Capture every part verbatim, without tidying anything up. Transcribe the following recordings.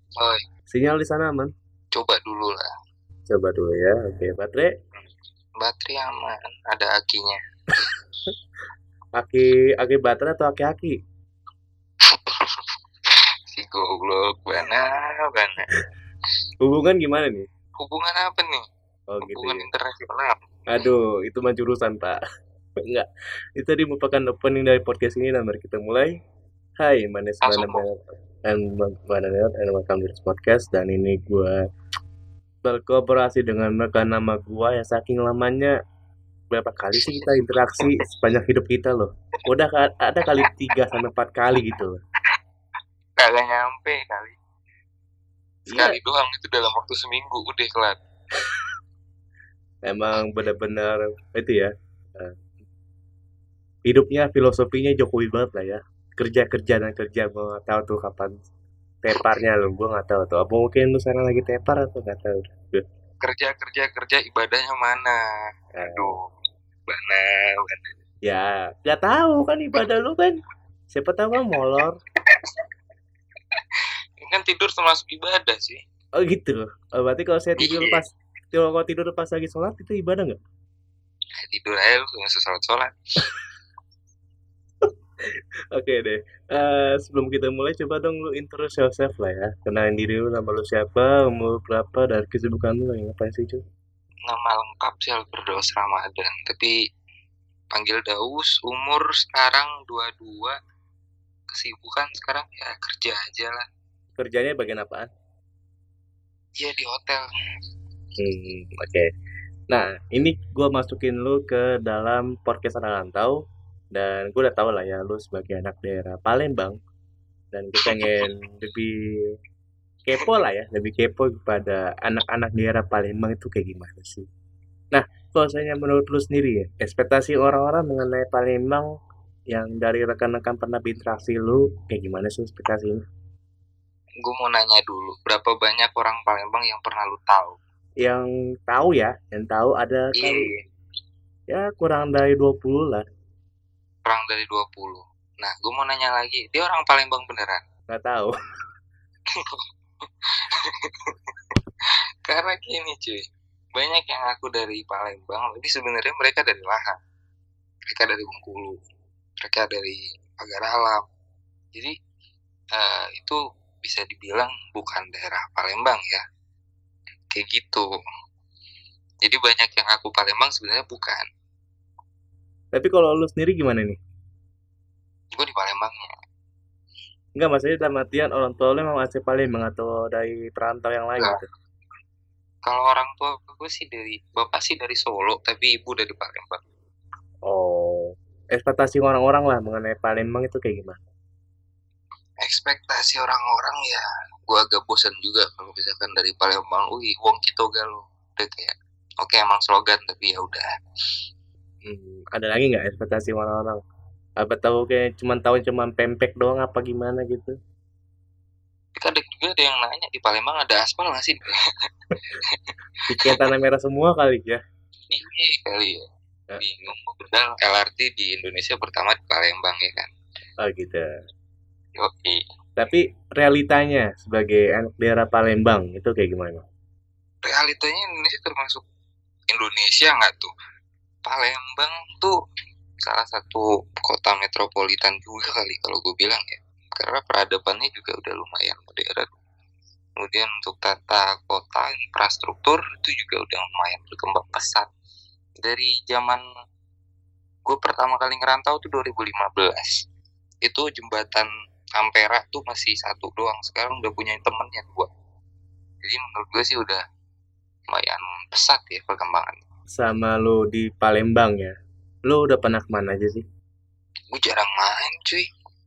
Oi, Sinyal di sana aman? coba dulu lah. Coba dulu ya. Oke, baterai. Baterai aman, ada akinya. Aki, aki baterai atau aki-aki? Si goblok, bana, bana. Hubungan gimana nih? Hubungan apa nih? Oh gitu Hubungan ya. internasional. Aduh, itu mah jurusan Pak. Enggak. Itu tadi merupakan opening dari podcast ini dan mari kita mulai. Hai, my name is Langsung Mana mau. and Mana and welcome to this podcast. Dan ini gue berkolaborasi dengan rekan nama gue yang saking lamanya berapa kali sih kita interaksi sepanjang hidup kita loh. Udah ka- ada kali tiga sampai empat kali gitu loh. Kagak nyampe kali. Iya, Sekali doang itu dalam waktu seminggu udah kelar. emang benar-benar itu ya. eh, Hidupnya filosofinya Jokowi banget lah ya. Kerja kerja dan kerja, gue nggak tahu tuh kapan teparnya lo, gue nggak tahu tuh. Apa mungkin lu sekarang lagi tepar atau nggak tahu. Kerja, kerja, kerja, ibadahnya mana? Eh, Aduh, bana, bana. ya nggak tahu kan ibadah lu kan. Siapa tahu kan molor. Ini kan tidur termasuk ibadah sih. Oh gitu. Oh, berarti kalau saya tidur Iya, pas kalau tidur pas lagi sholat itu ibadah nggak? tidur aja lu gak usah sholat-sholat. Oke deh. Eh, sebelum kita mulai coba dong lu introduce yourself lah ya. Kenalin diri lu, nama lu siapa, umur berapa, dan kesibukan lu lagi ngapain sih cuy? Nama lengkap sih Alberdos Ramadan. Tapi panggil Daus, umur sekarang dua puluh dua, kesibukan sekarang ya kerja aja lah. Kerjanya bagian apaan? Iya di hotel. Hmm, oke. Nah, ini gue masukin lu ke dalam podcast anak rantau dan gue udah tau lah ya lu sebagai anak daerah Palembang dan gue pengen lebih kepo lah ya, lebih kepo kepada anak-anak daerah Palembang itu kayak gimana sih. Nah, kalau saya menurut lu sendiri ya, ekspektasi orang-orang mengenai Palembang yang dari rekan-rekan pernah berinteraksi lu kayak gimana sih ekspektasinya? Gue mau nanya dulu, berapa banyak orang Palembang yang pernah lu tahu? Yang tahu ya, yang tahu ada kali Iya, ya kurang dari dua puluh lah, kurang dari dua puluh. Nah, gue mau nanya lagi, dia orang Palembang beneran? nggak tahu. Karena gini cuy, banyak yang aku dari Palembang, tapi sebenarnya mereka dari Lahat, mereka dari Bengkulu, mereka dari Pagar Alam. Jadi eh, itu bisa dibilang bukan daerah Palembang ya, kayak gitu. Jadi banyak yang aku Palembang sebenarnya bukan. Tapi kalau lu sendiri gimana nih? Gue di Palembangnya. Enggak, maksudnya dalam artian orang tua lu memang asli Palembang atau dari perantau yang lain Enggak. gitu? Kalau orang tua gue sih dari bapak sih dari Solo, tapi ibu dari Palembang. Oh, ekspektasi orang-orang lah mengenai Palembang itu kayak gimana? Ekspektasi orang-orang ya, gue agak bosan juga kalau misalkan dari Palembang, wih, wong kita galau. Udah kayak, oke emang slogan tapi ya udah. Hmm, ada lagi nggak ekspektasi orang-orang? Apa tahu kayak cuman tahu cuman pempek doang apa gimana gitu? Tapi kadang juga ada yang nanya di Palembang ada aspal nggak sih? Bikin tanah merah semua kali ya? Ini kali ya. Nah, Bingung. Padahal L R T di Indonesia pertama di Palembang ya kan. oh gitu. Oke. Tapi realitanya sebagai anak daerah Palembang itu kayak gimana? Realitanya Indonesia termasuk Indonesia nggak tuh? Palembang tuh salah satu kota metropolitan juga kali kalau gue bilang ya. Karena peradabannya juga udah lumayan modern. Kemudian untuk tata kota, infrastruktur itu juga udah lumayan berkembang pesat. Dari zaman gue pertama kali ngerantau tuh dua ribu lima belas. Itu jembatan Ampera tuh masih satu doang. Sekarang udah punya temennya dua. Jadi menurut gue sih udah lumayan pesat ya perkembangan. Sama lu di Palembang ya? Lu udah pernah kemana aja sih? Gue jarang main cuy.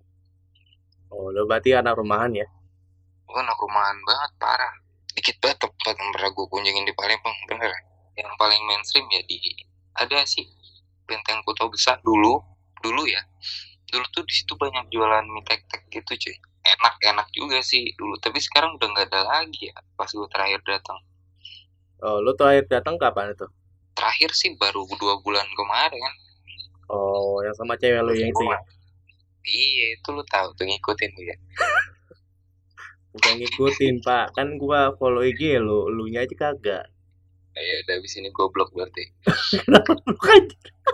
Oh, lu berarti anak rumahan ya? Gue anak rumahan banget, parah. Dikit banget tempat yang pernah gue kunjungin di Palembang, bener. Yang paling mainstream ya di ada sih Benteng Kota Besar dulu, dulu ya. Dulu tuh di situ banyak jualan mie tek-tek gitu cuy. Enak-enak juga sih dulu, tapi sekarang udah nggak ada lagi ya. Pas gue terakhir datang, Oh, lu terakhir datang kapan itu? terakhir sih baru dua bulan kemarin. Oh, yang sama cewek lu yang itu ya? Iya, itu lu tahu tuh ngikutin dia. Bukan ngikutin, Pak. Kan gua follow I G lu, lu nya aja kagak. Ya udah abis ini goblok berarti. Kenapa lu kan?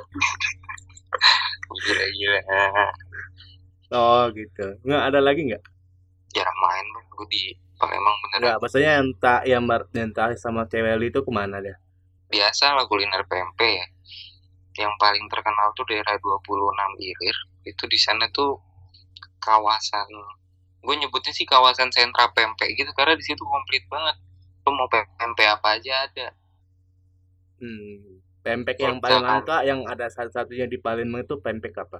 Gila-gila. Oh, gitu. Nggak ada lagi nggak? Jarang main bang, gue di Palembang Nggak, beneran. maksudnya yang tak yang bar- yang tak sama cewek lu itu kemana dia? Biasa lah kuliner P M P ya. Yang paling terkenal tuh daerah dua puluh enam Ilir. Itu di sana tuh kawasan, gue nyebutnya sih kawasan sentra P M P gitu karena di situ komplit banget. Lo mau P M P apa aja ada. Hmm. Pempek Kalau yang paling misalkan langka yang ada satu-satunya di Palembang itu pempek apa?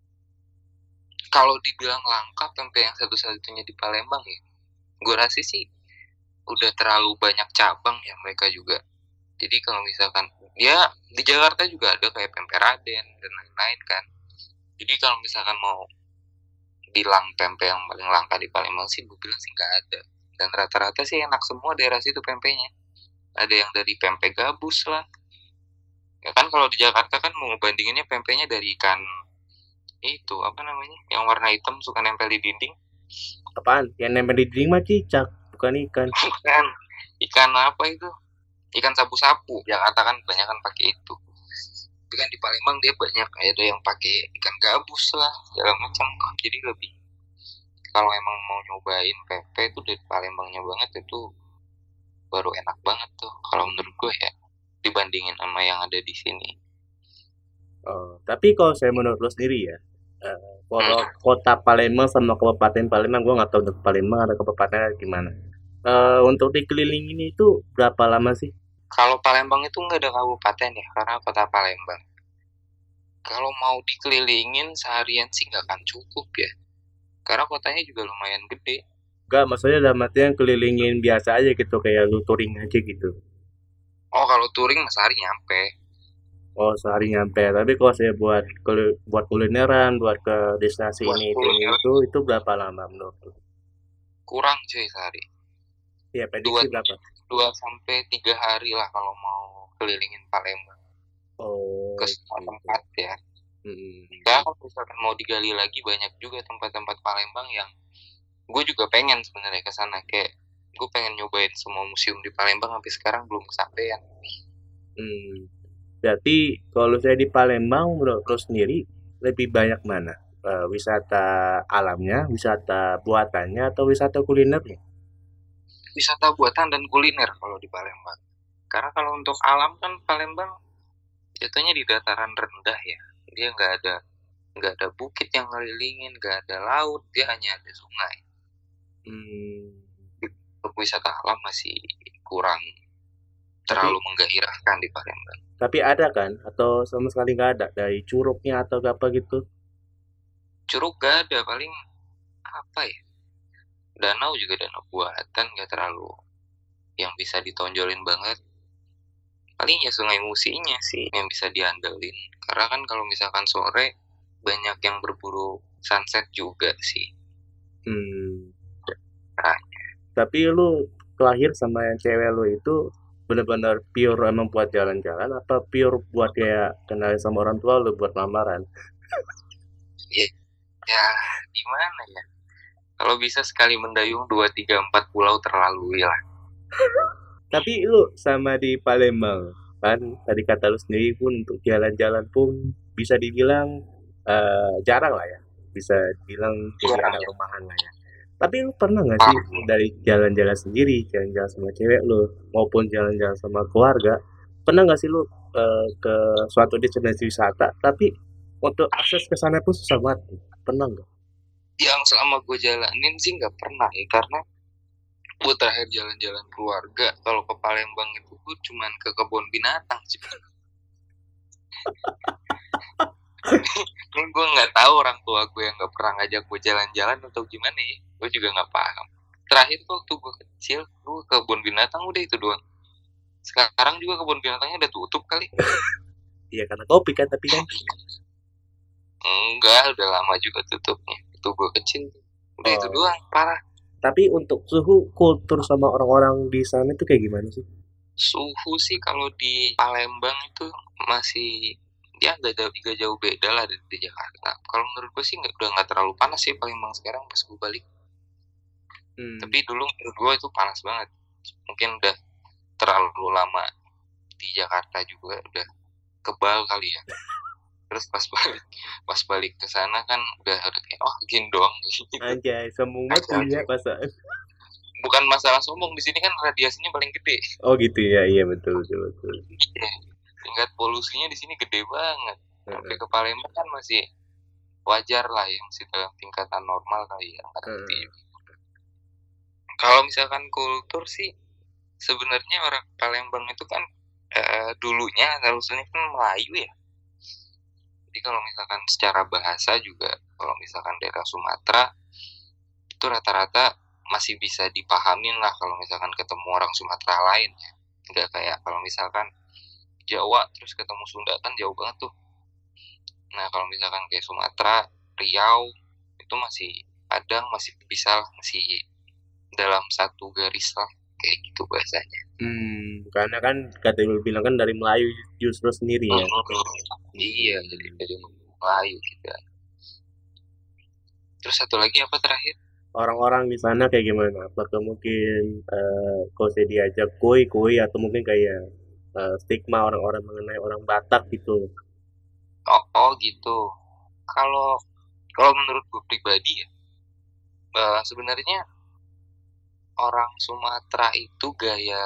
kalau dibilang langka P M P yang satu-satunya di Palembang ya, gue rasa sih udah terlalu banyak cabang ya mereka juga. Jadi kalau misalkan ya di Jakarta juga ada kayak P M P Raden dan lain-lain kan. Jadi kalau misalkan mau bilang P M P yang paling langka di Palembang sih gue bilang sih nggak ada. Dan rata-rata sih enak semua daerah situ P M P-nya. Ada yang dari P M P gabus lah. Ya kan kalau di Jakarta kan mau bandinginnya P M P-nya dari ikan itu apa namanya yang warna hitam suka nempel di dinding. Apaan? Yang nempel di dinding mah cicak, bukan ikan. Bukan ikan apa itu, ikan sapu-sapu. Jakarta kan banyak kan pakai itu. Tapi kan di Palembang dia banyak ada yang pakai ikan gabus lah segala macam. Jadi lebih kalau emang mau nyobain P P itu dari Palembangnya banget itu baru enak banget tuh kalau menurut gue ya dibandingin sama yang ada di sini. Oh, tapi kalau saya menurut lo sendiri ya, eh, kalau Hmm. kota Palembang sama kabupaten Palembang, gue nggak tahu untuk Palembang ada kabupaten gimana. Eh, untuk dikelilingin itu berapa lama sih? Kalau Palembang itu nggak ada kabupaten ya karena kota Palembang. Kalau mau dikelilingin seharian sih nggak akan cukup ya karena kotanya juga lumayan gede. Enggak, maksudnya dalam artian kelilingin biasa aja gitu, kayak lu touring aja gitu. Oh kalau touring mas sehari nyampe. Oh, sehari nyampe. Tapi kalau saya buat keli- buat kulineran, buat ke destinasi Buat ini itu ini kuliner itu, itu berapa lama menurut lu? kurang cuy sehari. Ya, Dua prediksi berapa? dua sampai tiga hari lah kalau mau kelilingin Palembang ke Oh, semua gitu. tempat ya. Ya Hmm. kalau misalkan mau digali lagi banyak juga tempat-tempat Palembang yang gue juga pengen sebenarnya ke sana kayak gue pengen nyobain semua museum di Palembang sampai sekarang belum kesampaian. Hmm. Berarti kalau saya di Palembang, menurut lo sendiri lebih banyak mana? Eh, wisata alamnya, wisata buatannya, atau wisata kulinernya? Wisata buatan dan kuliner kalau di Palembang. Karena kalau untuk alam kan Palembang jatuhnya di dataran rendah ya. Dia nggak ada nggak ada bukit yang ngelilingin, nggak ada laut, dia hanya ada sungai. Hmm. Untuk wisata alam masih kurang Tapi terlalu menggairahkan di Palembang. tapi ada kan? Atau sama sekali nggak ada dari curugnya atau apa gitu? Curug gak ada, paling apa ya? Danau juga danau buatan, gak terlalu yang bisa ditonjolin banget. Paling ya Sungai Musinya sih yang bisa diandelin. Karena kan kalau misalkan sore banyak yang berburu sunset juga sih. Hmm. Nah, Tapi lu kelahir sama yang cewek lu itu benar-benar pure emang buat jalan-jalan apa pure buat kayak kenal sama orang tua lu buat lamaran? ya, ya gimana ya? Kalau bisa sekali mendayung dua tiga empat pulau terlalui lah. Tapi lu sama di Palembang kan tadi kata lu sendiri pun untuk jalan-jalan pun bisa dibilang eh, jarang lah ya. Bisa dibilang jadi Jarang anak ya. rumahan lah ya. Tapi lu pernah nggak sih Parah. dari jalan-jalan sendiri, jalan-jalan sama cewek lu maupun jalan-jalan sama keluarga, pernah nggak sih lu eh, ke suatu destinasi wisata tapi untuk akses ke sana pun susah banget? Pernah nggak? Yang selama gue jalanin sih nggak pernah ya karena gue terakhir jalan-jalan keluarga kalau ke Palembang itu gue cuman ke kebun binatang sih. Ini gue nggak tahu orang tua gue yang nggak pernah ngajak gue jalan-jalan atau gimana ya. Gue juga nggak paham. Terakhir tuh waktu gue kecil, gue ke kebun binatang udah itu doang. Sekarang juga kebun binatangnya udah tutup kali. Iya karena kopi kan tapi kan. Enggak, udah lama juga tutupnya. Itu gue kecil. Udah itu Oh, doang, parah. tapi untuk suhu kultur sama orang-orang di sana itu kayak gimana sih? Suhu sih kalau di Palembang itu masih dia nggak jauh, nggak jauh beda lah dari di Jakarta. Kalau menurut gue sih nggak udah nggak terlalu panas sih Palembang sekarang pas gue balik. Hmm. Tapi dulu menurut gue itu panas banget. Mungkin udah terlalu lama di Jakarta juga, udah kebal kali ya. Terus pas balik pas balik ke sana kan udah udah kayak oh gini doang gitu. Anjay, sombong banget Aja tuh aja. ya perasaan. Bukan masalah sombong, di sini kan radiasinya paling gede. Oh gitu ya, iya betul betul betul. Iya. Tingkat polusinya di sini gede banget. Sampai Heeh, ke Palembang kan masih wajar lah, yang masih dalam tingkatan normal kali ya, nggak ngerti heeh. juga. Kalau misalkan kultur sih sebenarnya orang Palembang itu kan eh, dulunya harusnya kan Melayu ya. Jadi kalau misalkan secara bahasa juga, kalau misalkan daerah Sumatera itu rata-rata masih bisa dipahamin lah kalau misalkan ketemu orang Sumatera lain ya. Nggak kayak kalau misalkan Jawa terus ketemu Sunda kan jauh banget tuh. Nah kalau misalkan kayak Sumatera, Riau itu masih Padang masih bisa lah, masih dalam satu garis lah kayak gitu bahasanya. Hmm, karena kan kata lu bilang kan dari Melayu justru sendiri ya. Mm-hmm. Iya, jadi dari Melayu gitu. Terus satu lagi apa terakhir? Orang-orang di sana kayak gimana? Apakah mungkin eh kalau saya diajak koi koi atau mungkin kayak eh, stigma orang-orang mengenai orang Batak gitu. Oh, oh gitu. Kalau kalau menurut gue pribadi ya, uh, sebenarnya orang Sumatera itu gaya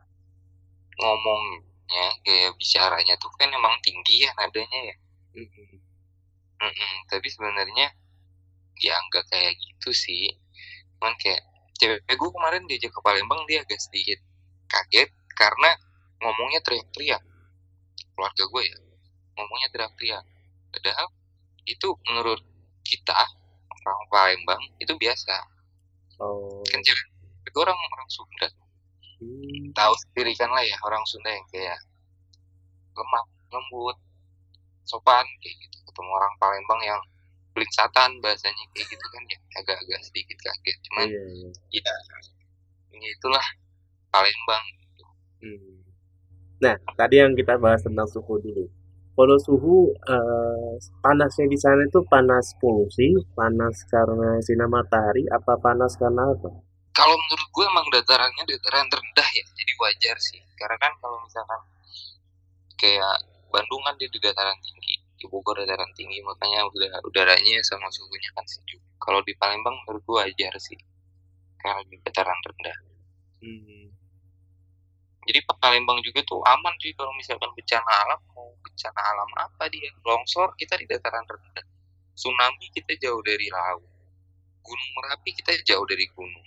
ngomongnya, gaya bicaranya tuh kan emang tinggi ya nadanya ya. Mm-mm. Mm-mm. Tapi sebenarnya ya nggak kayak gitu sih. Cuman kayak cewek gue kemarin diajak ke Palembang, dia agak sedikit kaget karena ngomongnya teriak-teriak. Keluarga gue ya ngomongnya teriak-teriak. Padahal itu menurut kita orang Palembang itu biasa. Oh, Kan cewek gue orang orang Sunda. hmm, Tahu sendiri kan lah ya, orang Sunda yang kayak lemah, lembut, sopan kayak gitu. Ketemu orang Palembang yang belingsatan bahasanya kayak gitu kan ya agak-agak sedikit kaget. Cuman iya iya. ya, ya itulah Palembang. Hmm. Nah, tadi yang kita bahas tentang suhu dulu. Kalau suhu eh, panasnya di sana itu panas polusi, panas karena sinar matahari, apa panas karena apa? Kalau menurut gue emang datarannya dataran rendah ya, jadi wajar sih. Karena kan kalau misalkan kayak Bandung kan dia di dataran tinggi, di Bogor dataran tinggi, makanya udara udaranya sama suhunya kan sejuk. Kalau di Palembang menurut gue wajar sih, karena di dataran rendah. Hmm. Jadi Palembang juga tuh aman sih kalau misalkan bencana alam, mau bencana alam apa dia, longsor kita di dataran rendah, tsunami kita jauh dari laut, gunung Merapi kita jauh dari gunung.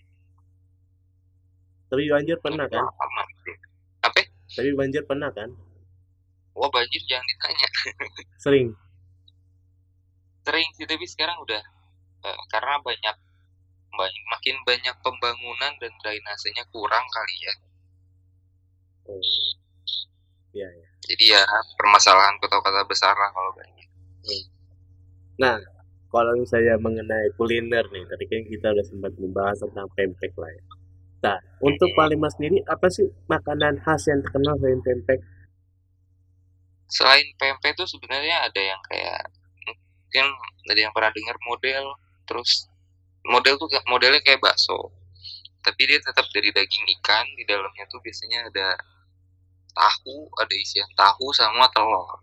Tapi banjir pernah Itu kan? aman sih. Apa? Tapi banjir pernah kan? Wah banjir jangan ditanya. Sering. Sering sih, tapi sekarang udah eh, karena banyak banyak makin banyak pembangunan dan drainasenya kurang kali ya. Oh, iya ya. Jadi ya permasalahan kota-kota besar lah kalau banjir. Hmm. Nah, kalau misalnya mengenai kuliner nih, tadi kan kita udah sempat membahas tentang pempek lah ya. Nah, untuk Palembang sendiri apa sih makanan khas yang terkenal selain pempek? Selain pempek itu sebenarnya ada yang kayak mungkin ada yang pernah dengar model, terus model tuh modelnya kayak bakso, tapi dia tetap dari daging ikan, di dalamnya tuh biasanya ada tahu, ada isian tahu sama telur.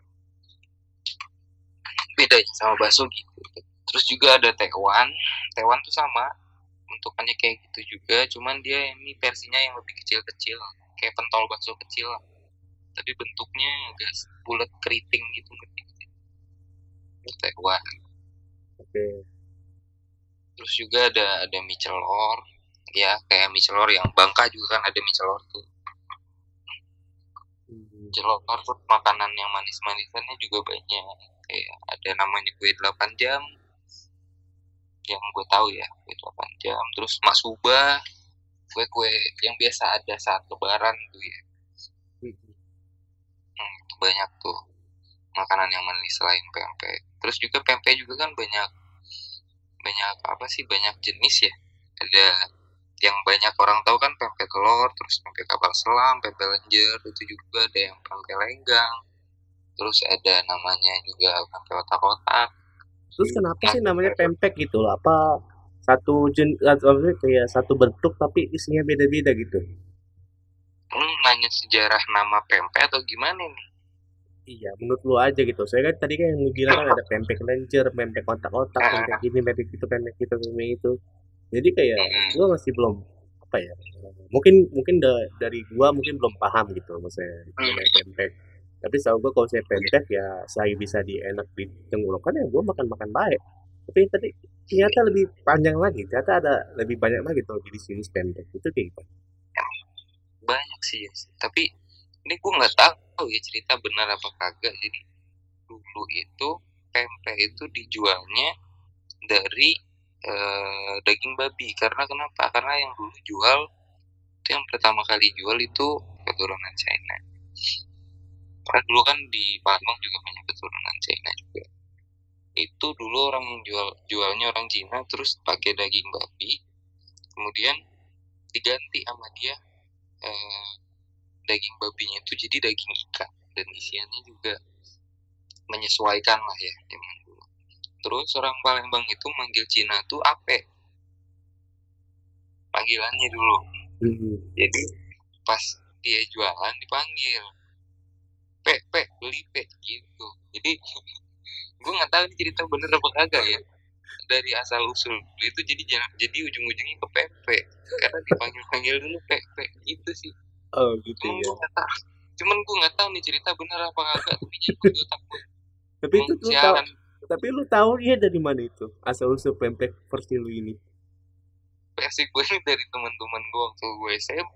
Beda ya sama bakso gitu. Terus juga ada tewan, tewan tuh sama bentukannya kayak gitu juga, cuman dia ini versinya yang lebih kecil-kecil, kayak pentol bakso kecil, tapi bentuknya agak bulat keriting gitu. Tewan. Oke. Terus juga ada ada mie celor, ya kayak mie celor yang Bangka juga kan ada mie celor tuh. Hmm. Celor tuh makanan yang manis-manisannya juga banyak, kayak ada namanya kue delapan jam yang gue tahu ya, kue delapan jam. Terus masuba, kue-kue yang biasa ada saat lebaran tuh ya. Hmm. Hmm, itu banyak tuh makanan yang manis selain pempek. Terus juga pempek juga kan banyak banyak apa sih, banyak jenis ya. Ada yang banyak orang tahu kan pempek telur, terus pempek kapal selam, pempek lenjer, itu juga ada yang pempek lenggang, terus ada namanya juga pempek otak-otak. Terus kenapa Nah, sih namanya pempek gitu loh? Apa satu jen atau apa, kayak satu bentuk tapi isinya beda-beda gitu. Hmm, nanya sejarah nama pempek atau gimana nih? Iya, menurut lu aja gitu. Saya kan tadi kan yang lu bilang kan ada pempek lenjer, pempek kotak-kotak, pempek Ah, ini, pempek itu, pempek itu, pempek itu. Jadi kayak gua mm-mm, masih belum apa ya? Mungkin mungkin da- dari gua mungkin belum paham gitu maksudnya mengenai mm. pempek. Tapi setahu gua kalau saya pempek ya saya bisa dienak di tenggorokan ya gua makan-makan baik. Tapi tadi ternyata lebih panjang lagi, ternyata ada lebih banyak lagi tuh di sini pempek. Itu kayak gitu. Banyak sih ya. Tapi ini gue nggak tahu ya cerita benar apa kagak. Jadi dulu itu pempek itu dijualnya dari eh, daging babi. Karena kenapa? Karena yang dulu jual itu yang pertama kali jual itu keturunan China. Karena dulu kan di Palembang juga banyak keturunan China juga. Itu dulu orang jual jualnya orang Cina terus pakai daging babi. Kemudian diganti sama dia eh, daging babinya itu jadi daging ikan dan isiannya juga menyesuaikan lah ya zaman dulu. Terus orang Palembang itu manggil Cina tuh ape panggilannya dulu. Hmm. Jadi pas dia jualan dipanggil pe pe beli pe gitu. Jadi gue nggak tahu ini cerita bener apa kagak ya dari asal usul itu jadi jadi ujung-ujungnya ke pepe karena dipanggil panggil dulu pepe gitu sih. Oh gitu Cuman ya. gue nggak tahu cuman gue nggak tahu nih cerita bener apa kagak tapi nyangkut di otak gue. Tapi Emang itu lu tahu, sialan. tapi lu tahu dia dari mana itu? Asal usul pempek versi lu ini. Versi gue ini dari teman-teman gue waktu gue S M P.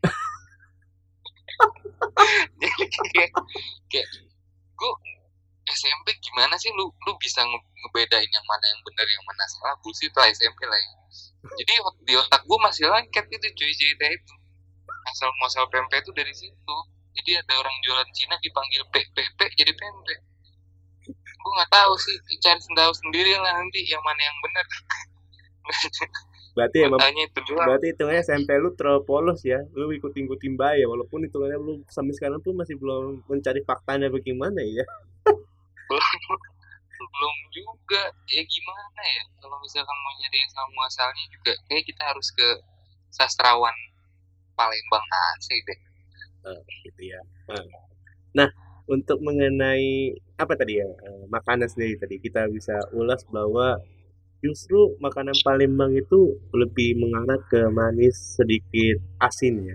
Jadi kayak, kayak gue S M P gimana sih lu lu bisa ngebedain yang mana yang benar yang mana salah, bullshit lah S M P lah ya. Jadi di otak gue masih lengket itu cuy cerita itu. Asal muasal pempek itu dari situ. Jadi ada orang jualan Cina dipanggil pe pe pe jadi pempek. Gue nggak tahu sih, cari tahu sendiri lah nanti yang mana yang benar. Berarti Gue emang tanya itu doang. berarti hitungannya S M P lu terlalu polos ya. Lu ikutin-ikutin bayi ya, walaupun hitungannya lu sampai sekarang tuh masih belum mencari faktanya bagaimana ya. Belum belum juga ya gimana ya kalau misalkan mau nyari asal muasalnya juga kayak kita harus ke sastrawan Palembang asli deh. Eh, gitu ya. Nah, nah, untuk mengenai apa tadi ya? eh, makanan sendiri tadi kita bisa ulas bahwa justru makanan Palembang itu lebih mengarah ke manis sedikit asin ya.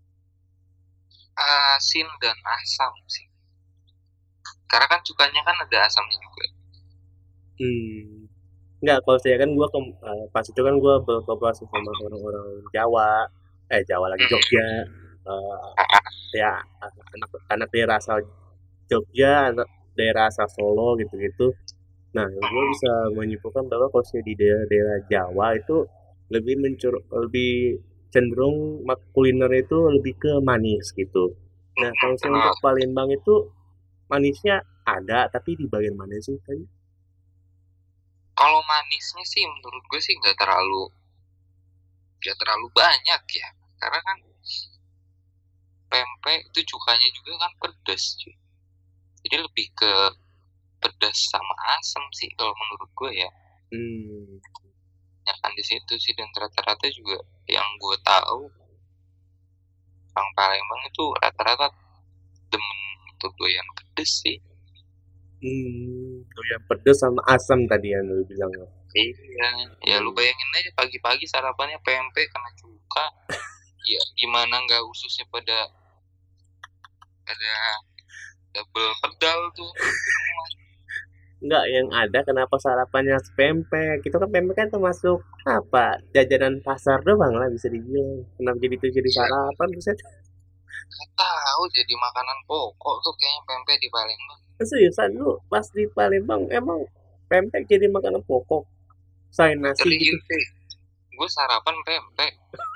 Asin dan asam sih karena kan cukanya kan ada asamnya juga. Hmm. Enggak, kalau saya kan gua ke, eh, pas itu kan gua berkooperasi sama orang-orang Jawa, eh Jawa lagi Jogja, eh, ya anak anak daerah asal Jogja, anak daerah asal Solo gitu-gitu. Nah, gue bisa menyimpulkan bahwa kalau saya di daerah-daerah Jawa itu lebih mencur lebih cenderung mak kuliner itu lebih ke manis gitu. Nah, kalau saya untuk Palembang itu manisnya ada, tapi di bagian mana sih tadi? Kalau manisnya sih menurut gue sih nggak terlalu nggak terlalu banyak ya karena kan pempek itu cukanya juga kan pedas cuy. Jadi lebih ke pedas sama asam sih kalau menurut gue ya. Hmm. Ya kan di situ sih dan rata-rata juga yang gue tahu orang Palembang itu rata-rata demen untuk doyan pedes sih. Hmm, oh yang pedas sama asam tadi yang lu bilang. Iya, ya lu Hmm. bayangin aja pagi-pagi sarapannya pempek kena cuka. Ya gimana nggak ususnya pada ada double pedal tuh. Enggak, yang ada kenapa sarapannya pempek? Itu kan pempek kan termasuk apa? Jajanan pasar doang lah bisa dibilang. Kenapa jadi itu jadi Iya, sarapan? Buset. nggak tahu jadi makanan pokok tuh kayaknya pempek di Palembang. Seriusan lu pas di Palembang emang pempek jadi makanan pokok? Selain nasi gitu. Serius sih, gue sarapan pempek.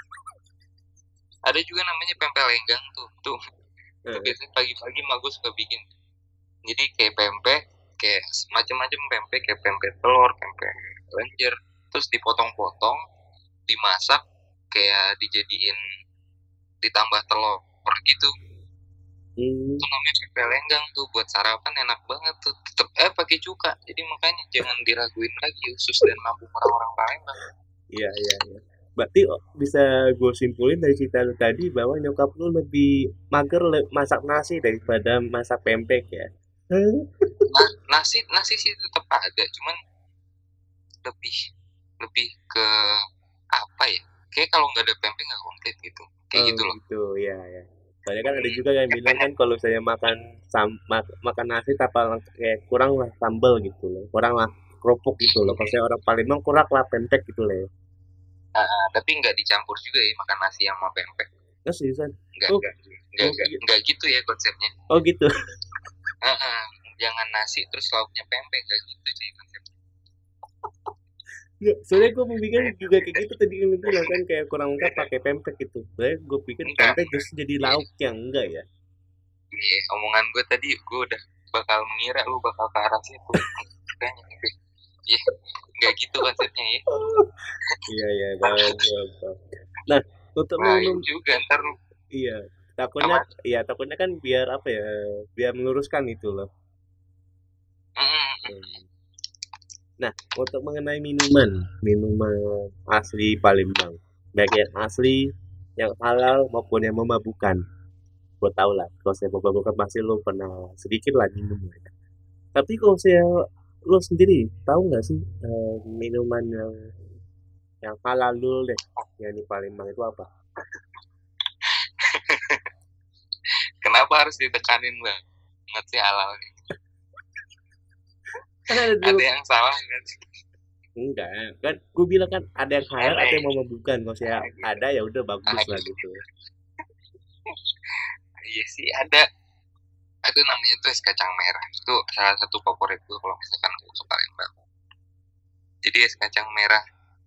Ada juga namanya pempek lenggang tuh. Tuh, itu Heeh. biasanya pagi-pagi mah gue suka bikin. Jadi kayak pempek, kayak macam-macam pempek, kayak pempek telur, pempek lenjer, terus dipotong-potong, dimasak, kayak dijadiin ditambah telur gitu. Hmm. Itu namanya pempek lenggang tuh buat sarapan enak banget tuh. Tetep eh pakai cuka. Jadi makanya jangan diraguin lagi usus dan lambung orang-orang Palembang. Iya, iya, iya. Berarti oh, bisa gue simpulin dari cerita lu tadi bahwa nyokap lu lebih mager le- masak nasi daripada masak pempek ya. Hah? Nah, nasi nasi sih tetap ada, cuman lebih lebih ke apa ya? Kayak kalau nggak ada pempek nggak komplit gitu. Kayak Oh gitu loh. gitu, ya ya. Soalnya kan ada Hmm, juga yang bilang pempeknya. kan kalau saya makan sam mak- makan nasi tanpa leng- kayak kurang lah sambel gitu loh, kurang lah kerupuk gitu loh. Kalau saya orang Palembang kurang lah pempek gitu loh ya. Ah, ah, tapi nggak dicampur juga ya makan nasi sama pempek. Nah, seriusan? Nggak Oh, nggak nggak oh, nggak gi- nggak gitu ya konsepnya. oh gitu. Ah, ah, jangan nasi terus lauknya pempek nggak gitu sih konsepnya. Nggak, soalnya gue pikir Beda juga kayak beda. gitu tadi yang lu bilang kan kayak kurang lengkap pakai pempek gitu. Soalnya gue pikir Enggak. pempek terus jadi Iya, lauk yang enggak ya. iya, omongan gue tadi gue udah bakal mengira lu bakal ke arah situ. Kayaknya gitu. Iya, nggak gitu konsepnya ya. Iya iya bang, bang, bang. Nah untuk lu, lu Bahaya juga ntar lu iya takutnya apa? iya takutnya kan biar apa ya biar meluruskan itu loh. Mm-mm. Hmm. Nah untuk mengenai minuman minuman asli Palembang baik yang asli yang halal maupun yang memabukan gue tau lah kalau saya memabukan pasti lo pernah sedikit lah minum lah. Tapi kalau saya lo sendiri tahu nggak sih eh, minuman yang yang halal dulu deh yang di Palembang itu apa? Kenapa harus ditekanin banget sih halal? Kan ada Ada dulu yang salah nggak sih? enggak kan gue bilang kan ada yang halal ada yang Aneh. memabukan kalau saya ada ya udah bagus lah Ada. gitu. Iya sih ada. Ada namanya tuh es kacang merah. Itu salah satu favorit gue kalau misalkan gue ke Palembang. Jadi es kacang merah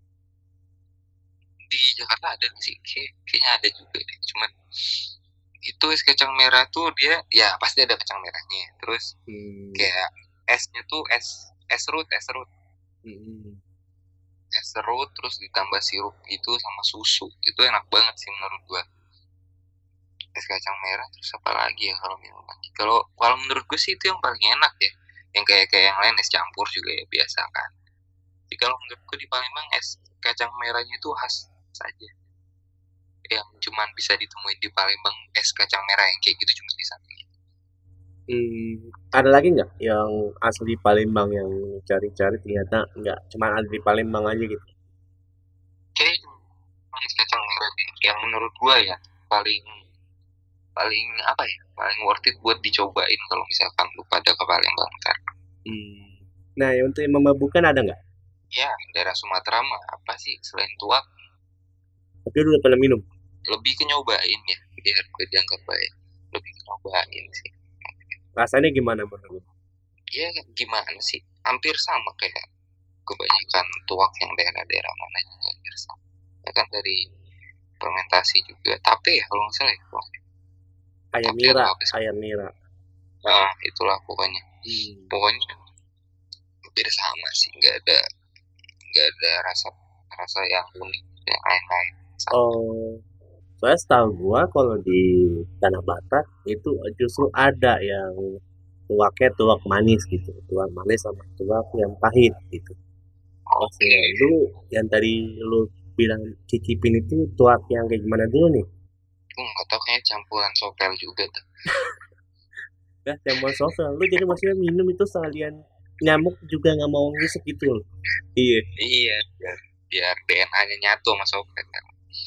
di Jakarta ada nggak sih? Kayak, kayaknya ada juga deh. Cuman itu es kacang merah tuh dia ya pasti ada kacang merahnya. Terus Hmm, kayak esnya tuh es es serut es serut hmm, es serut terus ditambah sirup gitu sama susu. Itu enak banget sih menurut gue. Es kacang merah terus apa lagi ya kalau minum lagi? Kalau kalau menurut gue sih itu yang paling enak ya. Yang kayak kayak yang lain es campur juga ya biasa kan. Jadi kalau menurutku di Palembang es kacang merahnya itu khas saja. Yang cuman bisa ditemuin di Palembang es kacang merah yang kayak gitu cuma di sana. hmm. Ada lagi nggak yang asli Palembang yang cari-cari ternyata nggak cuma ada di Palembang aja gitu. Kayak es kacang merah yang menurut gua ya paling paling apa ya paling worth it buat dicobain kalau misalkan lu pada ke Palembang ntar. Hmm. Nah yang untuk yang memabukan ada nggak? Ya daerah Sumatera mah apa sih selain tuak Tapi lu udah pernah minum. lebih ke nyobain ya biar gue dianggap baik lebih ke nyobain sih. Rasanya gimana menurut lu? Ya gimana sih hampir sama kayak kebanyakan tuak yang daerah-daerah mana juga hampir sama ya kan dari fermentasi juga tape ya kalau nggak salah ya tuak. Ayam Tape nira, atau apa sih ayam nira. nah itulah pokoknya Hmm. pokoknya hampir sama sih nggak ada nggak ada rasa rasa yang unik yang lain-lain sama. Oh, soalnya setahu gua kalau di Tanah Batak itu justru ada yang tuaknya tuak manis gitu, tuak manis sama tuak yang pahit gitu. Oh, Oke ya, lu yang tadi lu bilang cicipin itu tuak yang kayak gimana dulu nih? gue nggak tahu kayaknya campuran sopel juga tuh. Ya, yang mau sovel, lu jadi maksudnya minum itu sekalian nyamuk juga nggak mau ngisep gitu loh. Iya, Iya biar biar D N A-nya nyatu sama sopel kan.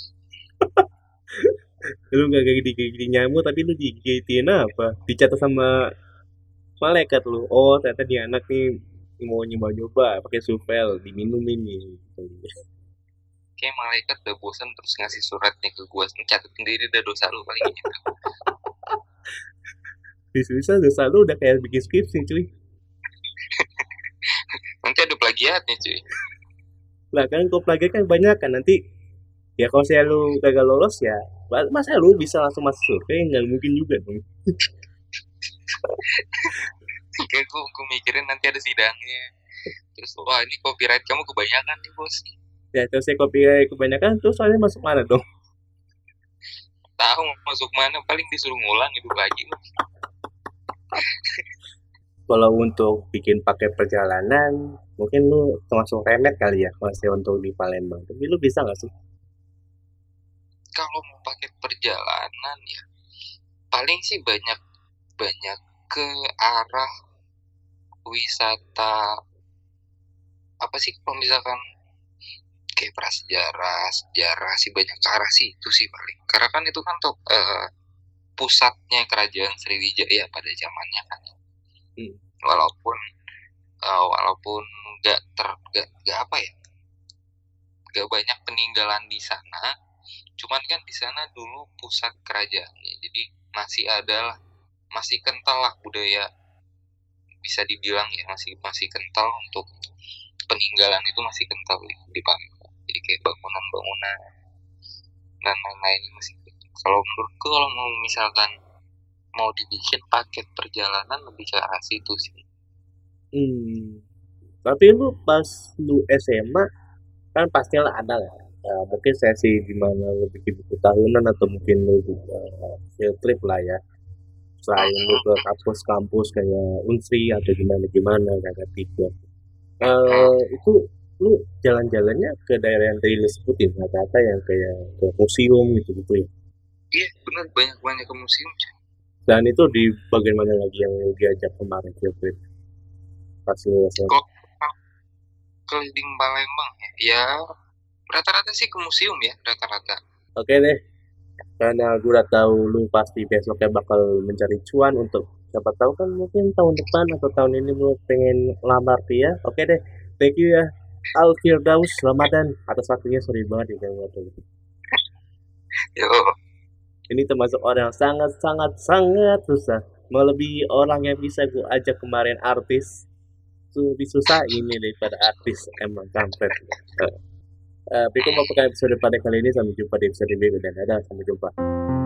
lu nggak kayak digigit nyamuk tapi lu digigitin apa? Dicatat sama malaikat lu. Oh, ternyata dia anak nih mau nyoba-nyoba pakai suvel diminumin nih. Kayak malaikat udah bosan terus ngasih suratnya ke gue catat sendiri udah dosa lu paling gitu. Bisa-bisa dosa lu udah kayak bikin skripsi cuy. Nanti ada plagiatnya cuy. Lah kan kok plagiat kan banyak kan nanti ya kalau saya lu gagal lolos ya masa lu bisa langsung masuk survei nggak mungkin juga dong. Kayak gue gue mikirin nanti ada sidangnya terus wah ini copyright kamu kebanyakan nih bos. Ya terus saya kopi kebanyakan terus soalnya masuk mana dong? Tahu masuk mana paling disuruh ngulang itu lagi. Kalau untuk bikin pakai perjalanan, mungkin lu termasuk remet kali ya, masih untuk di Palembang. Tapi lu bisa nggak sih? Kalau mau pakai perjalanan ya paling sih banyak banyak ke arah wisata apa sih kalau misalkan kayak prasejarah sejarah sih banyak ke arah sih itu sih paling karena kan itu kan tuh eh, pusatnya kerajaan Sriwijaya pada zamannya kan Hmm. walaupun eh, walaupun nggak ter nggak nggak apa ya nggak banyak peninggalan di sana cuman kan di sana dulu pusat kerajaannya jadi masih ada lah masih kental lah budaya bisa dibilang ya masih masih kental untuk peninggalan itu masih kental di, di Palembang jadi kayak bangunan-bangunan dan lain-lain masih kental. Kalau menurutku kalau mau misalkan mau dibikin paket perjalanan lebih ke arah situ sih. Hmm. Tapi lu pas lu S M A kan pastilah ada lah. Ya, mungkin sesi di mana lu bikin buku tahunan atau mungkin lu juga field trip lah ya. Selain lu ke Mm-hmm. kampus-kampus kayak Unsri atau gimana-gimana kayak tiga. Mm-hmm. Eh itu lu jalan-jalannya ke daerah yang tadi lu sebutin, rata-rata yang kayak ke museum gitu-gitu ya. Iya benar banyak-banyak ke museum. Dan itu di bagian mana lagi yang lu diajak kemarin field trip pas lu S M A? Kok keliling Palembang ya? Ya rata-rata sih ke museum ya rata-rata. Oke deh, karena gue udah tahu lu pasti besoknya bakal mencari cuan untuk siapa tahu kan mungkin tahun depan atau tahun ini lu pengen lamar dia. Oke deh, thank you ya. Al Firdaus Ramadan atas waktunya, sorry banget ya kayak gitu. Yo, Ini termasuk orang yang sangat sangat sangat susah. Melebihi orang yang bisa gue ajak kemarin artis. Itu lebih susah ini daripada artis emang kampret. Uh, uh, Biko mau pakai episode pada kali ini, sampai jumpa di episode berikutnya. Dadah, sampai jumpa.